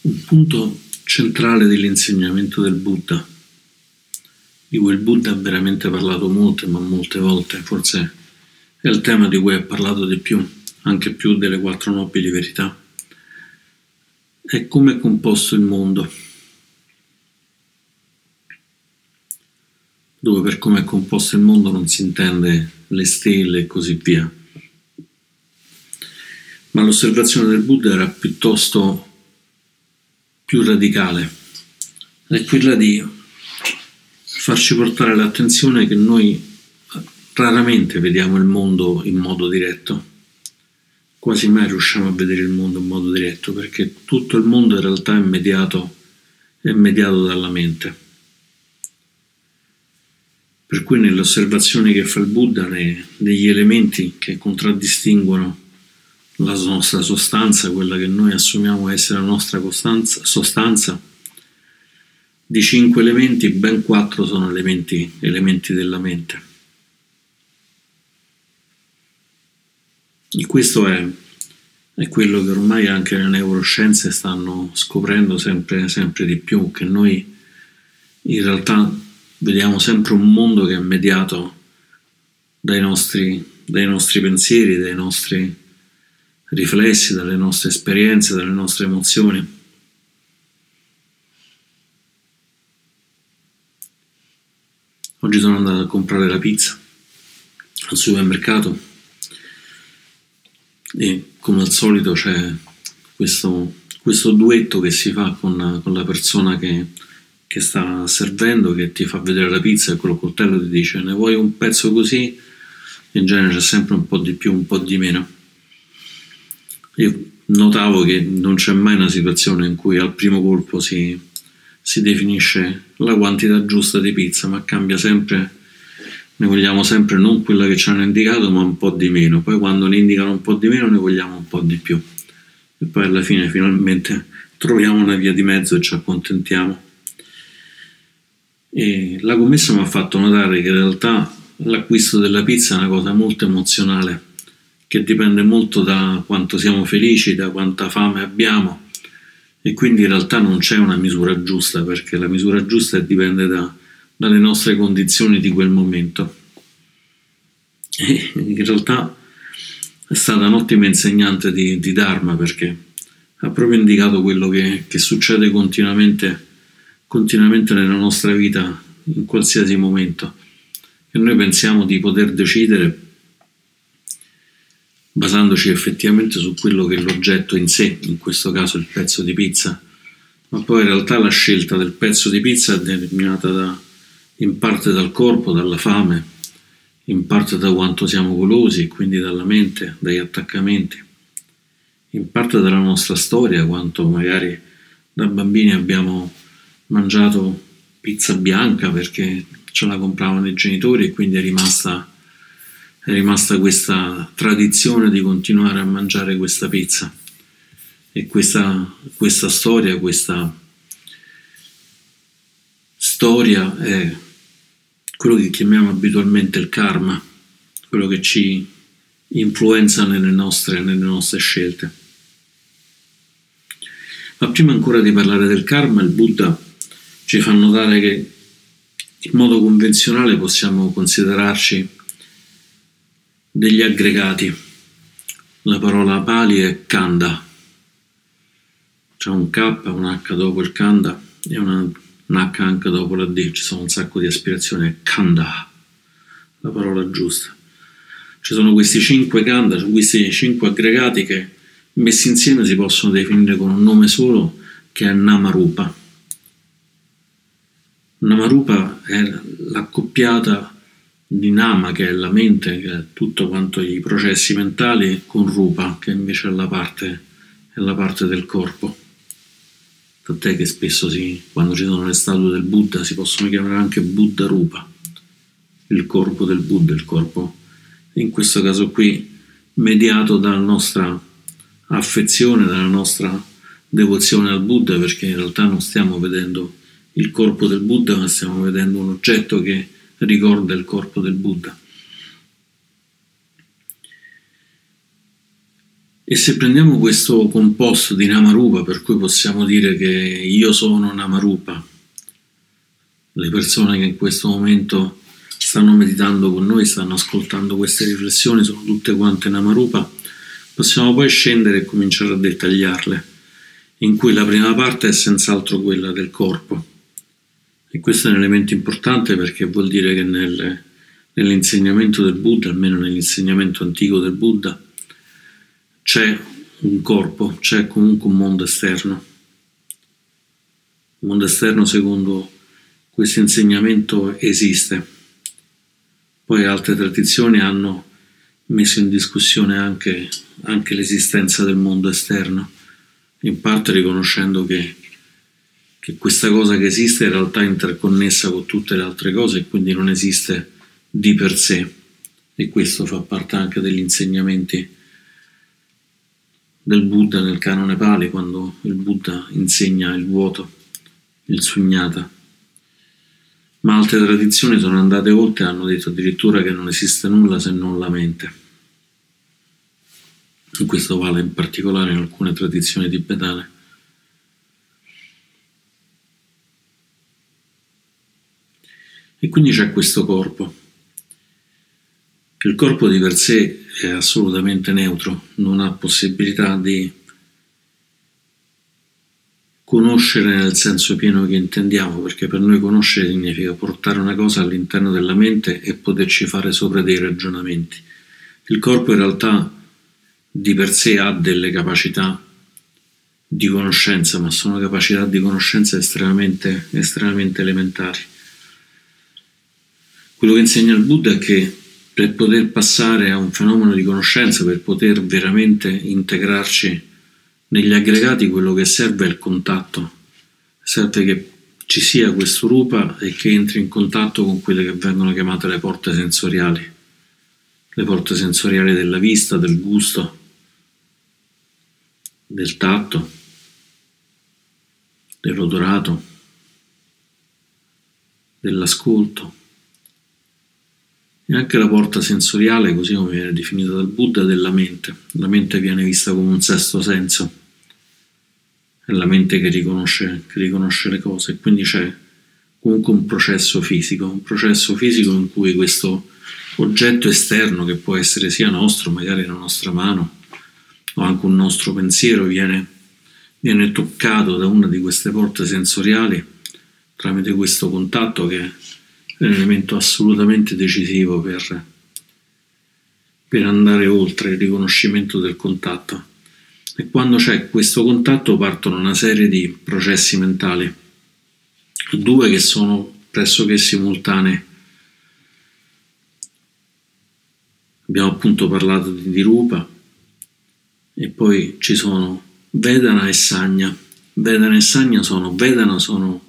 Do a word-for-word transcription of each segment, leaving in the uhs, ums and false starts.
Un punto centrale dell'insegnamento del Buddha, di cui il Buddha ha veramente parlato molte, ma molte volte, forse è il tema di cui ha parlato di più, anche più delle quattro nobili verità, è come è composto il mondo, dove per come è composto il mondo non si intende le stelle e così via. Ma l'osservazione del Buddha era piuttosto più radicale, è quella di farci portare l'attenzione che noi raramente vediamo il mondo in modo diretto, quasi mai riusciamo a vedere il mondo in modo diretto, perché tutto il mondo in realtà è mediato, è mediato dalla mente. Per cui nelle osservazioni che fa il Buddha, nei, negli elementi che contraddistinguono la nostra sostanza, quella che noi assumiamo essere la nostra costanza, sostanza, di cinque elementi, ben quattro sono elementi, elementi della mente. E questo è, è quello che ormai anche le neuroscienze stanno scoprendo sempre, sempre di più, che noi in realtà vediamo sempre un mondo che è mediato dai nostri, dai nostri pensieri, dai nostri riflessi, dalle nostre esperienze, dalle nostre emozioni. Oggi sono andato a comprare la pizza al supermercato e come al solito c'è questo, questo duetto che si fa con, con la persona che, che sta servendo, che ti fa vedere la pizza e con il coltello ti dice: ne vuoi un pezzo così? In genere c'è sempre un po' di più, un po' di meno. Io notavo che non c'è mai una situazione in cui al primo colpo si, si definisce la quantità giusta di pizza, ma cambia sempre, ne vogliamo sempre non quella che ci hanno indicato, ma un po' di meno. Poi quando ne indicano un po' di meno ne vogliamo un po' di più. E poi alla fine finalmente troviamo una via di mezzo e ci accontentiamo. E la commessa mi ha fatto notare che in realtà l'acquisto della pizza è una cosa molto emozionale, che dipende molto da quanto siamo felici, da quanta fame abbiamo, e quindi in realtà non c'è una misura giusta, perché la misura giusta dipende da, dalle nostre condizioni di quel momento. E in realtà è stata un'ottima insegnante di, di Dharma, perché ha proprio indicato quello che, che succede continuamente, continuamente nella nostra vita, in qualsiasi momento, che noi pensiamo di poter decidere basandoci effettivamente su quello che è l'oggetto in sé, in questo caso il pezzo di pizza, ma poi in realtà la scelta del pezzo di pizza è determinata da, in parte dal corpo, dalla fame, in parte da quanto siamo golosi, quindi dalla mente, dagli attaccamenti, in parte dalla nostra storia, quanto magari da bambini abbiamo mangiato pizza bianca perché ce la compravano i genitori e quindi è rimasta è rimasta questa tradizione di continuare a mangiare questa pizza. E questa, questa storia, questa storia è quello che chiamiamo abitualmente il karma, quello che ci influenza nelle nostre, nelle nostre scelte. Ma prima ancora di parlare del karma, il Buddha ci fa notare che in modo convenzionale possiamo considerarci degli aggregati. La parola Pali è Kanda, c'è un K, un H dopo il Kanda e una, un H anche dopo la D, ci sono un sacco di aspirazioni, è Kanda, la parola giusta. Ci sono questi cinque Kanda, cioè questi cinque aggregati che messi insieme si possono definire con un nome solo, che è Namarupa. Namarupa è l'accoppiata di Nama, che è la mente, che è tutto quanto i processi mentali, con Rupa, che invece è la parte, è la parte del corpo. Tant'è che spesso si, quando ci sono le statue del Buddha si possono chiamare anche Buddha Rupa, il corpo del Buddha, il corpo in questo caso qui mediato dalla nostra affezione, dalla nostra devozione al Buddha, perché in realtà non stiamo vedendo il corpo del Buddha, ma stiamo vedendo un oggetto che ricorda il corpo del Buddha. E se prendiamo questo composto di Namarupa, per cui possiamo dire che io sono Namarupa, le persone che in questo momento stanno meditando con noi, stanno ascoltando queste riflessioni, sono tutte quante Namarupa, possiamo poi scendere e cominciare a dettagliarle, in cui la prima parte è senz'altro quella del corpo. E questo è un elemento importante perché vuol dire che nel, nell'insegnamento del Buddha, almeno nell'insegnamento antico del Buddha, c'è un corpo, c'è comunque un mondo esterno. Il mondo esterno, secondo questo insegnamento, esiste. Poi altre tradizioni hanno messo in discussione anche, anche l'esistenza del mondo esterno, in parte riconoscendo che, che questa cosa che esiste in realtà è interconnessa con tutte le altre cose e quindi non esiste di per sé, e questo fa parte anche degli insegnamenti del Buddha nel canone Pali, quando il Buddha insegna il vuoto, il suññata. Ma altre tradizioni sono andate oltre e hanno detto addirittura che non esiste nulla se non la mente. E questo vale in particolare in alcune tradizioni tibetane. E quindi c'è questo corpo. Il corpo di per sé è assolutamente neutro, non ha possibilità di conoscere nel senso pieno che intendiamo, perché per noi conoscere significa portare una cosa all'interno della mente e poterci fare sopra dei ragionamenti. Il corpo in realtà di per sé ha delle capacità di conoscenza, ma sono capacità di conoscenza estremamente, estremamente elementari. Quello che insegna il Buddha è che per poter passare a un fenomeno di conoscenza, per poter veramente integrarci negli aggregati, quello che serve è il contatto. Serve che ci sia questo rupa e che entri in contatto con quelle che vengono chiamate le porte sensoriali. Le porte sensoriali della vista, del gusto, del tatto, dell'odorato, dell'ascolto. E anche la porta sensoriale, così come viene definita dal Buddha, della mente. La mente viene vista come un sesto senso, è la mente che riconosce, che riconosce le cose, e quindi c'è comunque un processo fisico, un processo fisico in cui questo oggetto esterno, che può essere sia nostro, magari la nostra mano, o anche un nostro pensiero, viene, viene toccato da una di queste porte sensoriali tramite questo contatto che è un elemento assolutamente decisivo per, per andare oltre il riconoscimento del contatto. E quando c'è questo contatto partono una serie di processi mentali, due che sono pressoché simultanei. Abbiamo appunto parlato di Dirupa e poi ci sono Vedana e Sagna. Vedana e Sagna sono, Vedana sono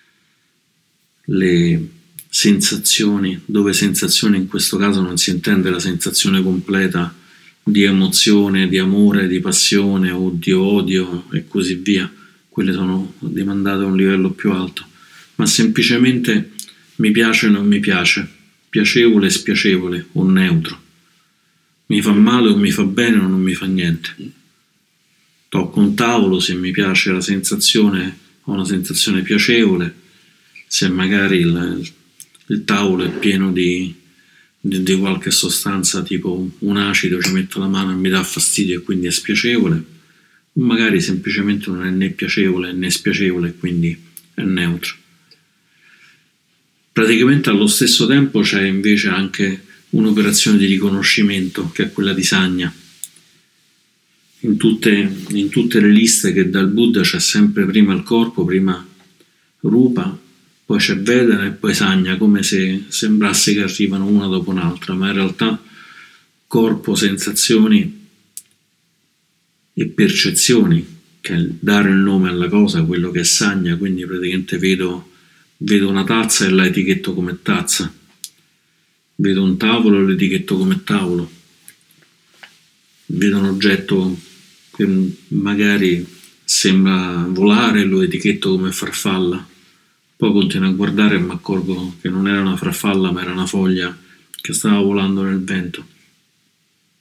le sensazioni, dove sensazione in questo caso non si intende la sensazione completa di emozione, di amore, di passione o di odio e così via, quelle sono demandate a un livello più alto, ma semplicemente mi piace o non mi piace, piacevole e spiacevole o neutro, mi fa male o mi fa bene o non mi fa niente. Tocco un tavolo, se mi piace la sensazione ho una sensazione piacevole, se magari il, il tavolo è pieno di Di, di qualche sostanza tipo un acido, ci metto la mano e mi dà fastidio e quindi è spiacevole, o magari semplicemente non è né piacevole né spiacevole e quindi è neutro. Praticamente allo stesso tempo c'è invece anche un'operazione di riconoscimento che è quella di Sagna. In tutte, in tutte le liste che dà il Buddha c'è sempre prima il corpo, prima Rupa, poi c'è Vedana e poi Sagna, come se sembrasse che arrivano una dopo un'altra, ma in realtà corpo, sensazioni e percezioni, che è dare il nome alla cosa, quello che è Sagna. Quindi praticamente vedo, vedo una tazza e la etichetto come tazza, vedo un tavolo e lo etichetto come tavolo, vedo un oggetto che magari sembra volare e lo etichetto come farfalla. Poi continuo a guardare e mi accorgo che non era una farfalla ma era una foglia che stava volando nel vento.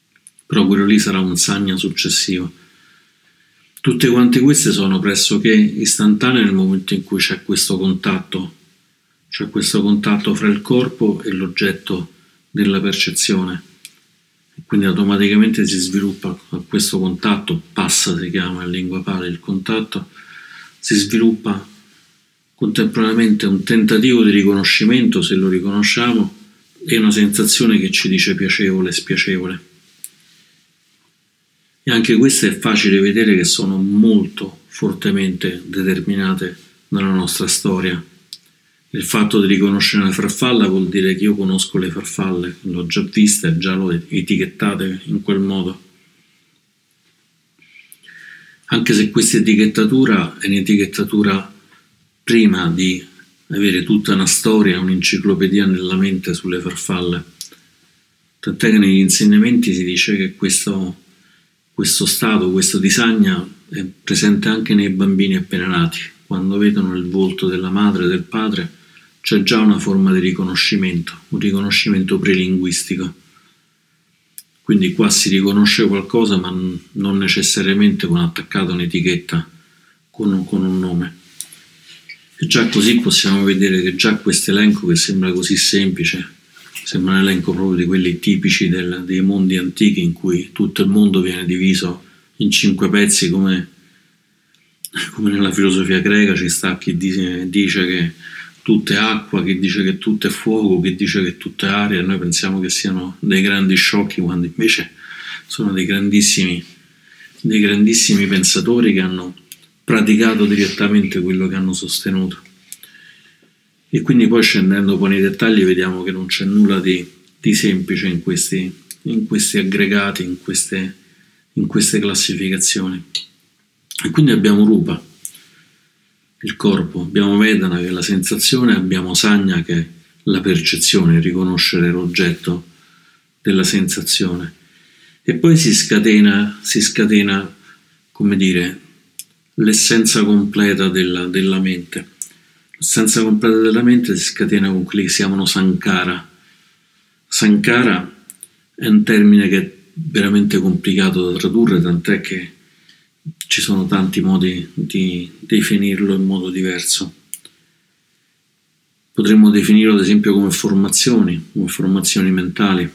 però quello lì sarà un Sanya successivo. Tutte quante queste sono pressoché istantanee nel momento in cui c'è questo contatto, c'è questo contatto fra il corpo e l'oggetto della percezione, e quindi automaticamente si sviluppa a questo contatto, passa si chiama in lingua pali il contatto, si sviluppa contemporaneamente un tentativo di riconoscimento, se lo riconosciamo, e una sensazione che ci dice piacevole, spiacevole. E anche queste è facile vedere che sono molto fortemente determinate dalla nostra storia. Il fatto di riconoscere una farfalla vuol dire che io conosco le farfalle, l'ho già vista e già l'ho etichettate in quel modo. Anche se questa etichettatura è un'etichettatura prima di avere tutta una storia, un'enciclopedia nella mente sulle farfalle. Tant'è che negli insegnamenti si dice che questo, questo stato, questo di Sanya è presente anche nei bambini appena nati. Quando vedono il volto della madre e del padre c'è già una forma di riconoscimento, un riconoscimento prelinguistico. Quindi qua si riconosce qualcosa, ma non necessariamente con attaccata un'etichetta, con, con un nome. E già così possiamo vedere che già questo elenco, che sembra così semplice, sembra un elenco proprio di quelli tipici del, dei mondi antichi in cui tutto il mondo viene diviso in cinque pezzi, come, come nella filosofia greca ci sta chi dice, dice che tutto è acqua, chi dice che tutto è fuoco, chi dice che tutto è aria, e noi pensiamo che siano dei grandi sciocchi, quando invece sono dei grandissimi, dei grandissimi pensatori che hanno praticato direttamente quello che hanno sostenuto. E quindi poi, scendendo poi nei dettagli, vediamo che non c'è nulla di, di semplice in questi, in questi aggregati, in queste, in queste classificazioni. E quindi abbiamo Rupa, il corpo, abbiamo Vedana che è la sensazione, abbiamo Sanya che è la percezione, riconoscere l'oggetto della sensazione, e poi si scatena, si scatena, come dire, l'essenza completa della, della mente. L'essenza completa della mente si scatena con quelli che si chiamano Sankara. Sankara è un termine che è veramente complicato da tradurre, tant'è che ci sono tanti modi di definirlo in modo diverso. Potremmo definirlo ad esempio come formazioni, come formazioni mentali,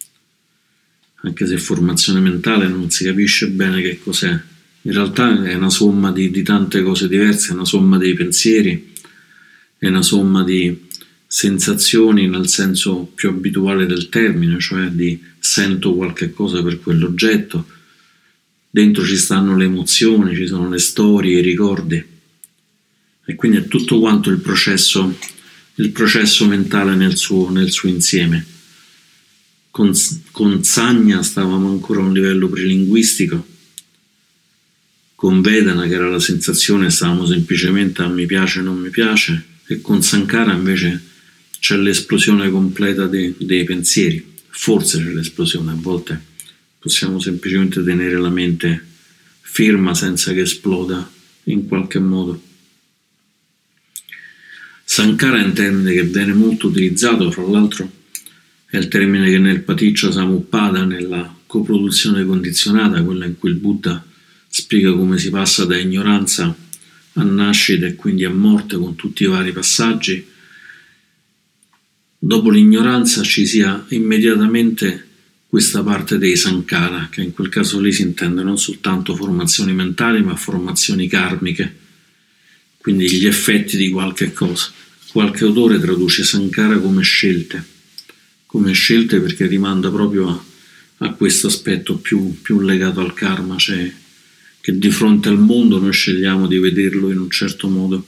anche se formazione mentale non si capisce bene che cos'è. In realtà è una somma di, di tante cose diverse, è una somma dei pensieri, è una somma di sensazioni nel senso più abituale del termine, cioè di sento qualche cosa per quell'oggetto. Dentro ci stanno le emozioni, ci sono le storie, i ricordi, e quindi è tutto quanto il processo, il processo mentale nel suo, nel suo insieme. Con, con Sanya stavamo ancora a un livello prelinguistico, con Vedana, che era la sensazione, stavamo semplicemente a mi piace, non mi piace, e con Sankara invece c'è l'esplosione completa dei, dei pensieri. Forse c'è l'esplosione, a volte possiamo semplicemente tenere la mente ferma senza che esploda in qualche modo. Sankara è un termine che viene molto utilizzato, fra l'altro è il termine che nel Paticca Samuppada, nella coproduzione condizionata, quella in cui il Buddha spiega come si passa da ignoranza a nascita e quindi a morte con tutti i vari passaggi, dopo l'ignoranza ci sia immediatamente questa parte dei Sankara, che in quel caso lì si intende non soltanto formazioni mentali ma formazioni karmiche, quindi gli effetti di qualche cosa. Qualche autore traduce Sankara come scelte, come scelte perché rimanda proprio a, a questo aspetto più, più legato al karma, cioè che di fronte al mondo noi scegliamo di vederlo in un certo modo.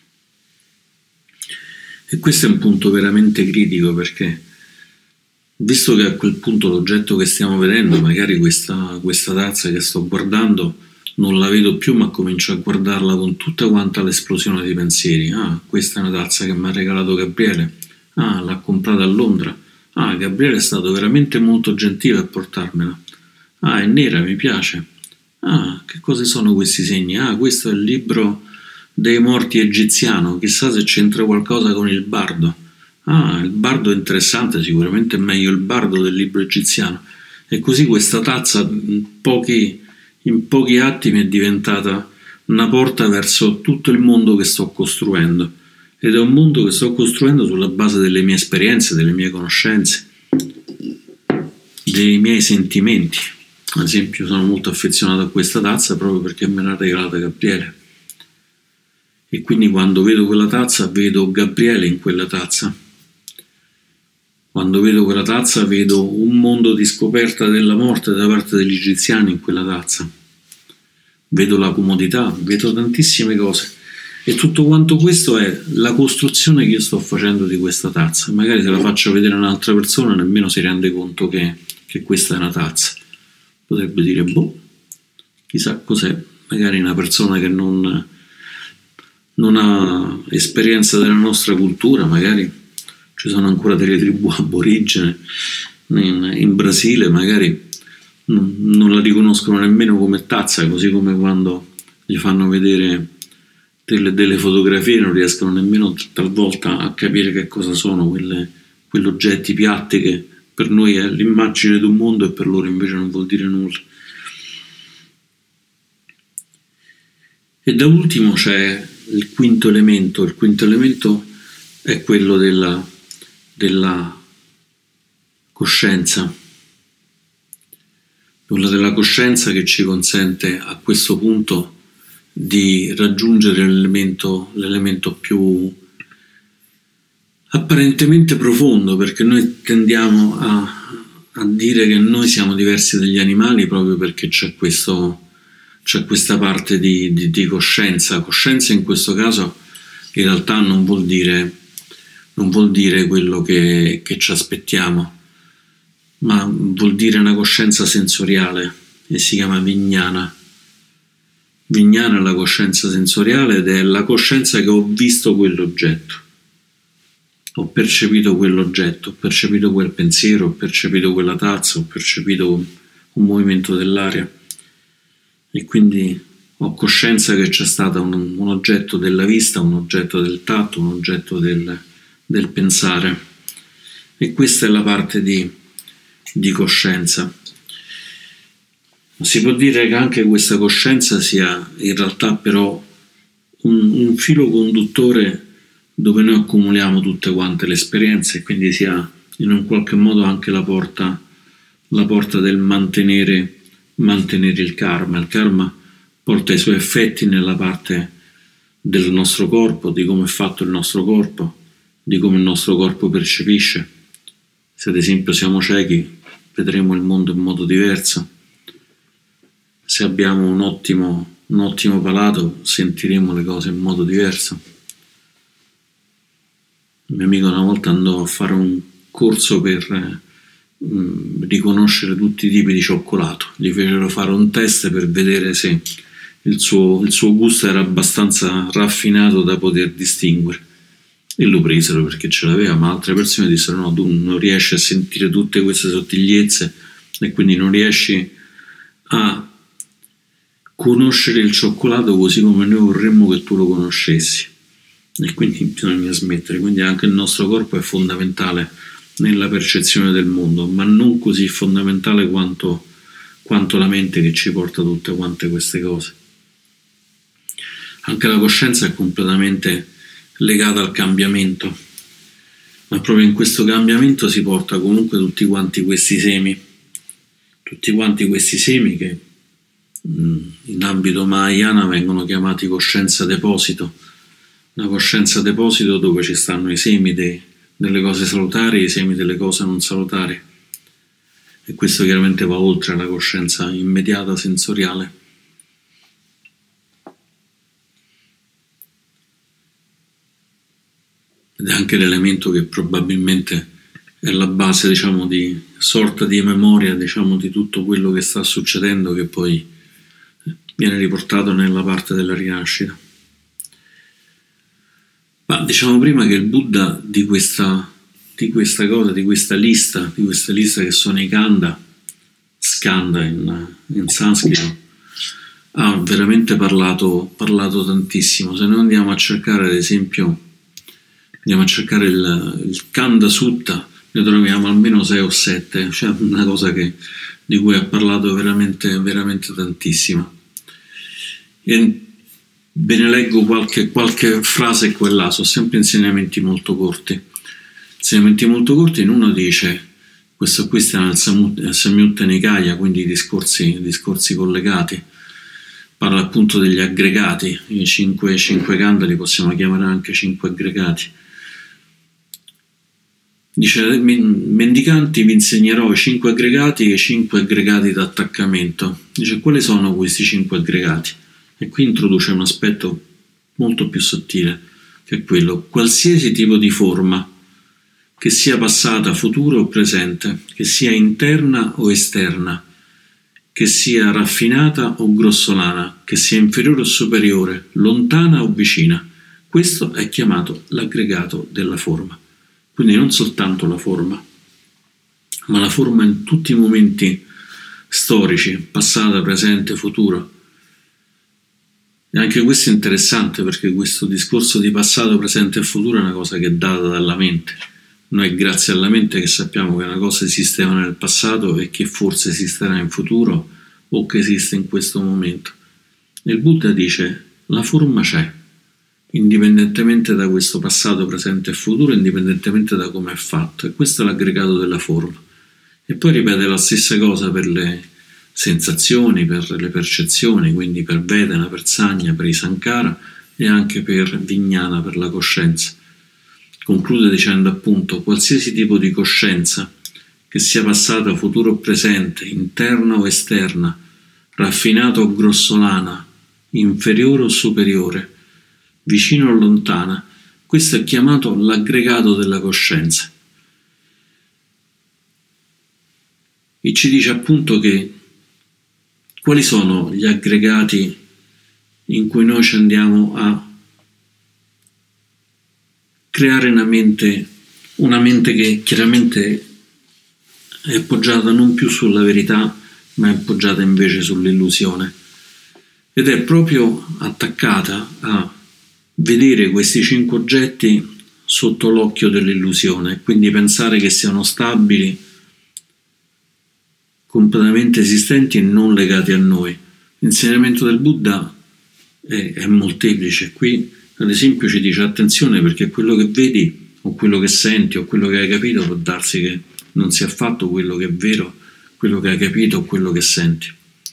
E questo è un punto veramente critico, perché visto che a quel punto l'oggetto che stiamo vedendo, magari questa, questa tazza che sto guardando, non la vedo più ma comincio a guardarla con tutta quanta l'esplosione di pensieri. Ah, questa è una tazza che mi ha regalato Gabriele. Ah, l'ha comprata a Londra. Ah, Gabriele è stato veramente molto gentile a portarmela. Ah, è nera, mi piace. Ah, che cosa sono questi segni? Ah, questo è il libro dei morti egiziano, chissà se c'entra qualcosa con il bardo. Ah, il bardo è interessante, sicuramente è meglio il bardo del libro egiziano. E così questa tazza in pochi, in pochi attimi è diventata una porta verso tutto il mondo che sto costruendo. Ed è un mondo che sto costruendo sulla base delle mie esperienze, delle mie conoscenze, dei miei sentimenti. Ad esempio, sono molto affezionato a questa tazza proprio perché me l'ha regalata Gabriele. E quindi quando vedo quella tazza, vedo Gabriele in quella tazza. Quando vedo quella tazza, vedo un mondo di scoperta della morte da parte degli egiziani in quella tazza. Vedo la comodità, vedo tantissime cose. E tutto quanto questo è la costruzione che io sto facendo di questa tazza. Magari se la faccio vedere a un'altra persona nemmeno si rende conto che, che questa è una tazza. Potrebbe dire, boh, chissà cos'è. Magari una persona che non, non ha esperienza della nostra cultura, magari ci sono ancora delle tribù aborigene in, in Brasile, magari non, non la riconoscono nemmeno come tazza, così come quando gli fanno vedere delle, delle fotografie non riescono nemmeno talvolta a capire che cosa sono quelle, quegli oggetti piatti che per noi è l'immagine di un mondo e per loro invece non vuol dire nulla. E da ultimo c'è il quinto elemento. Il quinto elemento è quello della, della coscienza. Quello della coscienza che ci consente a questo punto di raggiungere l'elemento, l'elemento più apparentemente profondo, perché noi tendiamo a, a dire che noi siamo diversi dagli animali proprio perché c'è questo c'è questa parte di, di, di coscienza. Coscienza in questo caso in realtà non vuol dire non vuol dire quello che, che ci aspettiamo, ma vuol dire una coscienza sensoriale e si chiama vignana. Vignana è la coscienza sensoriale ed è la coscienza che ho visto quell'oggetto, ho percepito quell'oggetto, ho percepito quel pensiero, ho percepito quella tazza, ho percepito un, un movimento dell'aria e quindi ho coscienza che c'è stato un, un oggetto della vista, un oggetto del tatto, un oggetto del, del pensare, e questa è la parte di, di coscienza. Si può dire che anche questa coscienza sia in realtà però un, un filo conduttore dove noi accumuliamo tutte quante le esperienze e quindi sia in un qualche modo anche la porta, la porta del mantenere, mantenere il karma. Il karma porta i suoi effetti nella parte del nostro corpo, di come è fatto il nostro corpo, di come il nostro corpo percepisce. Se ad esempio siamo ciechi, vedremo il mondo in modo diverso. Se abbiamo un ottimo, un ottimo palato, sentiremo le cose in modo diverso. Un mio amico una volta andò a fare un corso per eh, riconoscere tutti i tipi di cioccolato. Gli fecero fare un test per vedere se il suo, il suo gusto era abbastanza raffinato da poter distinguere. E lo presero perché ce l'aveva, ma altre persone dissero no, tu non riesci a sentire tutte queste sottigliezze e quindi non riesci a conoscere il cioccolato così come noi vorremmo che tu lo conoscessi, e quindi bisogna smettere. Quindi anche il nostro corpo è fondamentale nella percezione del mondo, ma non così fondamentale quanto, quanto la mente che ci porta tutte quante queste cose. Anche la coscienza è completamente legata al cambiamento, ma proprio in questo cambiamento si porta comunque tutti quanti questi semi, tutti quanti questi semi che in ambito Mahayana vengono chiamati coscienza deposito, una coscienza deposito dove ci stanno i semi de, delle cose salutari e i semi delle cose non salutari, e questo chiaramente va oltre la coscienza immediata sensoriale. Ed è anche l'elemento che probabilmente è la base, diciamo, di sorta di memoria, diciamo, di tutto quello che sta succedendo, che poi viene riportato nella parte della rinascita. Ma diciamo prima che il Buddha di questa, di questa cosa, di questa lista, di questa lista che sono i kanda, skanda in, in sanscrito, ha veramente parlato, parlato tantissimo. Se noi andiamo a cercare, ad esempio, andiamo a cercare il, il Kanda Sutta, ne troviamo almeno sei o sette, cioè una cosa che, di cui ha parlato veramente, veramente tantissimo. E ve ne leggo qualche, qualche frase qua e là, sono sempre insegnamenti molto corti. Insegnamenti molto corti, in uno dice, questo qui sta nel Samyutta Nikaya, quindi discorsi, discorsi collegati, parla appunto degli aggregati, i cinque, cinque khandha li possiamo chiamare anche cinque aggregati. Dice, mendicanti vi insegnerò i cinque aggregati e i cinque aggregati d'attaccamento. Dice, quali sono questi cinque aggregati? E qui introduce un aspetto molto più sottile, che è quello, qualsiasi tipo di forma, che sia passata, futuro o presente, che sia interna o esterna, che sia raffinata o grossolana, che sia inferiore o superiore, lontana o vicina. Questo è chiamato l'aggregato della forma. Quindi non soltanto la forma, ma la forma in tutti i momenti storici, passata, presente, futuro. E anche questo è interessante, perché questo discorso di passato, presente e futuro è una cosa che è data dalla mente. Noi grazie alla mente che sappiamo che una cosa esisteva nel passato e che forse esisterà in futuro o che esiste in questo momento. E il Buddha dice, la forma c'è, indipendentemente da questo passato, presente e futuro, indipendentemente da come è fatto. E questo è l'aggregato della forma. E poi ripete la stessa cosa per le sensazioni, per le percezioni, quindi per Vedana, per Sanya, per i Sankhara e anche per Vijnana, per la coscienza. Conclude dicendo appunto, qualsiasi tipo di coscienza, che sia passata, futuro o presente, interna o esterna, raffinata o grossolana, inferiore o superiore, vicino o lontana, questo è chiamato l'aggregato della coscienza. E ci dice appunto che quali sono gli aggregati in cui noi ci andiamo a creare una mente, una mente che chiaramente è appoggiata non più sulla verità, ma è appoggiata invece sull'illusione. Ed è proprio attaccata a vedere questi cinque oggetti sotto l'occhio dell'illusione, quindi pensare che siano stabili, completamente esistenti e non legati a noi. L'insegnamento del Buddha è, è molteplice. Qui ad esempio ci dice attenzione, perché quello che vedi o quello che senti o quello che hai capito può darsi che non sia affatto quello che è vero, quello che hai capito o quello che senti.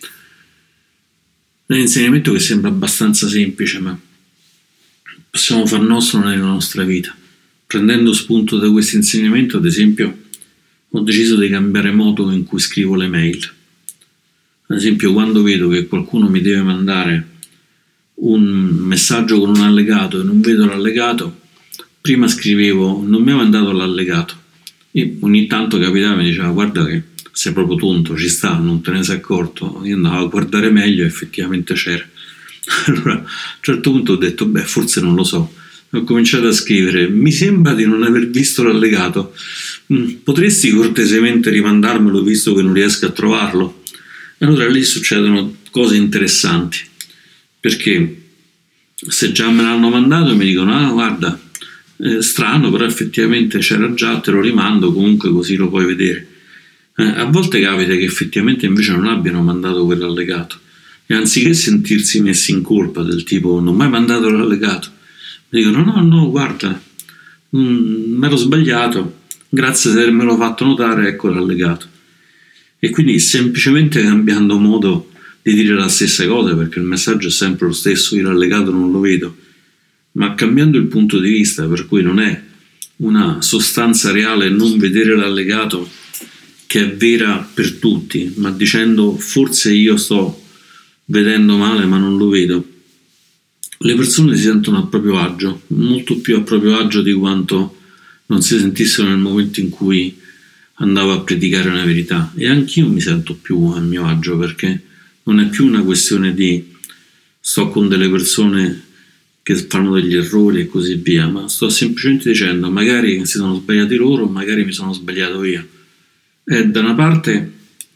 È un insegnamento che sembra abbastanza semplice, ma possiamo far nostro nella nostra vita. Prendendo spunto da questo insegnamento, ad esempio, ho deciso di cambiare modo in cui scrivo le mail. Ad esempio, quando vedo che qualcuno mi deve mandare un messaggio con un allegato e non vedo l'allegato, prima scrivevo non mi ha mandato l'allegato, e ogni tanto capitava e mi diceva guarda che sei proprio tonto, ci sta, non te ne sei accorto. Io andavo a guardare meglio e effettivamente c'era. Allora a un certo punto ho detto beh, forse non lo so, ho cominciato a scrivere mi sembra di non aver visto l'allegato, potresti cortesemente rimandarmelo visto che non riesco a trovarlo? E allora lì succedono cose interessanti, perché se già me l'hanno mandato mi dicono ah guarda, eh, strano, però effettivamente c'era già, te lo rimando, comunque così lo puoi vedere. Eh, a volte capita che effettivamente invece non abbiano mandato quell'allegato e anziché sentirsi messi in colpa del tipo non mi hai mandato l'allegato, mi dicono no no guarda, mi ero sbagliato, grazie di avermelo fatto notare, ecco l'allegato. E quindi semplicemente cambiando modo di dire la stessa cosa, perché il messaggio è sempre lo stesso, io l'allegato non lo vedo, ma cambiando il punto di vista, per cui non è una sostanza reale non vedere l'allegato che è vera per tutti, ma dicendo forse io sto vedendo male ma non lo vedo, le persone si sentono a proprio agio, molto più a proprio agio di quanto non si sentissero nel momento in cui andavo a predicare una verità. E anch'io mi sento più a mio agio, perché non è più una questione di sto con delle persone che fanno degli errori e così via, ma sto semplicemente dicendo magari si sono sbagliati loro, magari mi sono sbagliato io. È da una parte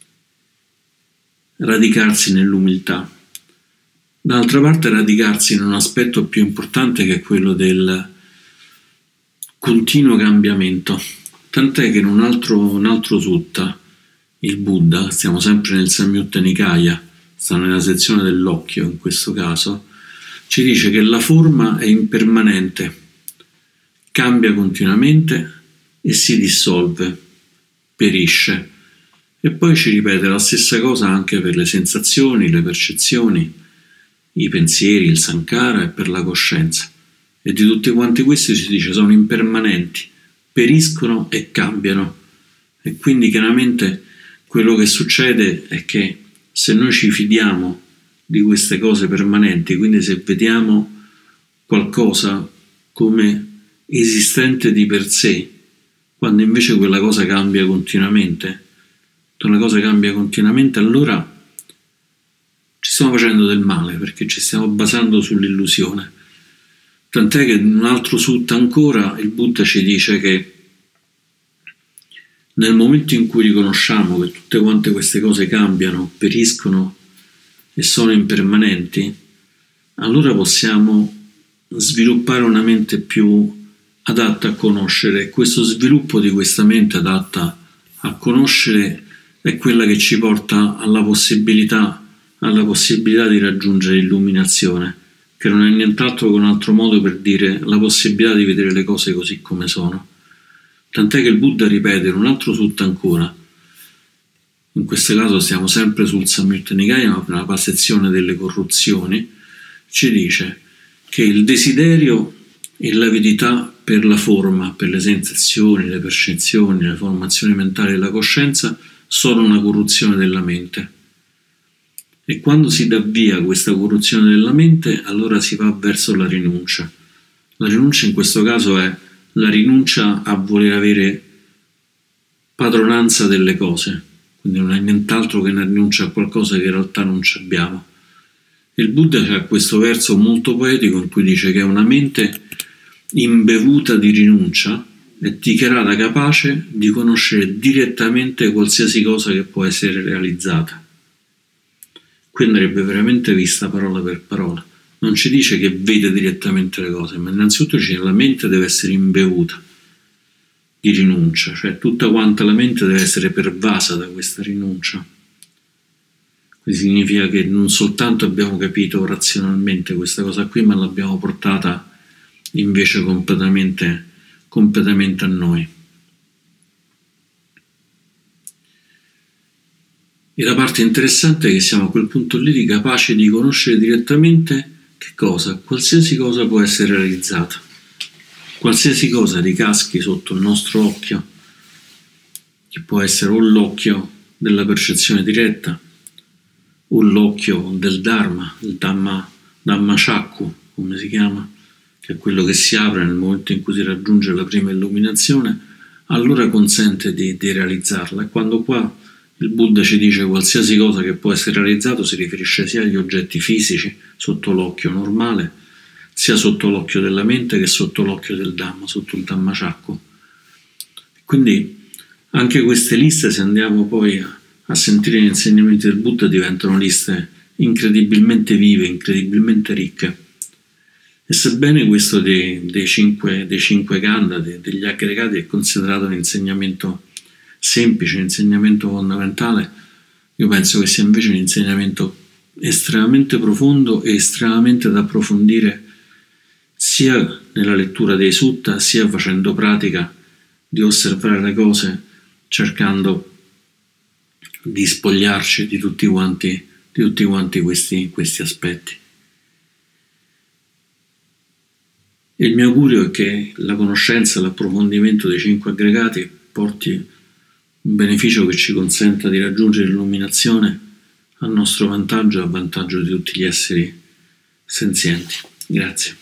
radicarsi nell'umiltà, dall'altra parte radicarsi in un aspetto più importante che è quello del continuo cambiamento. Tant'è che in un altro, un altro sutta, il Buddha, stiamo sempre nel Samyutta Nikaya, stiamo nella sezione dell'occhio in questo caso, ci dice che la forma è impermanente, cambia continuamente e si dissolve, perisce. E poi ci ripete la stessa cosa anche per le sensazioni, le percezioni, i pensieri, il sankhara e per la coscienza. E di tutti quanti questi si dice sono impermanenti, periscono e cambiano. E quindi chiaramente quello che succede è che se noi ci fidiamo di queste cose permanenti, quindi se vediamo qualcosa come esistente di per sé, quando invece quella cosa cambia continuamente, una cosa cambia continuamente, allora ci stiamo facendo del male, perché ci stiamo basando sull'illusione. Tant'è che in un altro sutta ancora il Buddha ci dice che nel momento in cui riconosciamo che tutte quante queste cose cambiano, periscono e sono impermanenti, allora possiamo sviluppare una mente più adatta a conoscere. Questo sviluppo di questa mente adatta a conoscere è quella che ci porta alla possibilità, alla possibilità di raggiungere l'illuminazione, che non è nient'altro che un altro modo per dire la possibilità di vedere le cose così come sono. Tant'è che il Buddha ripete in un altro sutta ancora, in questo caso stiamo sempre sul Samyutta Nikaya, ma per la sezione delle corruzioni, ci dice che il desiderio e l'avidità per la forma, per le sensazioni, le percezioni, le formazioni mentali e la coscienza sono una corruzione della mente. E quando si dà via questa corruzione della mente, allora si va verso la rinuncia. La rinuncia in questo caso è la rinuncia a voler avere padronanza delle cose, quindi non è nient'altro che una rinuncia a qualcosa che in realtà non ci abbiamo. Il Buddha c'ha questo verso molto poetico in cui dice che una mente imbevuta di rinuncia è dichiarata capace di conoscere direttamente qualsiasi cosa che può essere realizzata. Qui andrebbe veramente vista parola per parola. Non ci dice che vede direttamente le cose, ma innanzitutto dice che la mente deve essere imbevuta di rinuncia, cioè tutta quanta la mente deve essere pervasa da questa rinuncia. Quindi significa che non soltanto abbiamo capito razionalmente questa cosa qui, ma l'abbiamo portata invece completamente, completamente a noi. E la parte interessante è che siamo a quel punto lì capaci di conoscere direttamente che cosa? Qualsiasi cosa può essere realizzata. Qualsiasi cosa ricaschi sotto il nostro occhio, che può essere o l'occhio della percezione diretta, o l'occhio del Dharma, il Dhamma, Dhamma Chakku, come si chiama, che è quello che si apre nel momento in cui si raggiunge la prima illuminazione, allora consente di, di realizzarla. E quando qua il Buddha ci dice qualsiasi cosa che può essere realizzato, si riferisce sia agli oggetti fisici sotto l'occhio normale, sia sotto l'occhio della mente che sotto l'occhio del Dhamma, sotto il Dhamma Chakku. Quindi anche queste liste, se andiamo poi a, a sentire gli insegnamenti del Buddha, diventano liste incredibilmente vive, incredibilmente ricche. E sebbene questo dei, dei, cinque, dei cinque khandha, dei, degli aggregati, è considerato un insegnamento semplice, un insegnamento fondamentale, io penso che sia invece un insegnamento estremamente profondo e estremamente da approfondire sia nella lettura dei sutta, sia facendo pratica di osservare le cose, cercando di spogliarci di tutti quanti, di tutti quanti questi, questi aspetti. E il mio augurio è che la conoscenza e l'approfondimento dei cinque aggregati porti un beneficio che ci consenta di raggiungere l'illuminazione a nostro vantaggio e a vantaggio di tutti gli esseri senzienti. Grazie.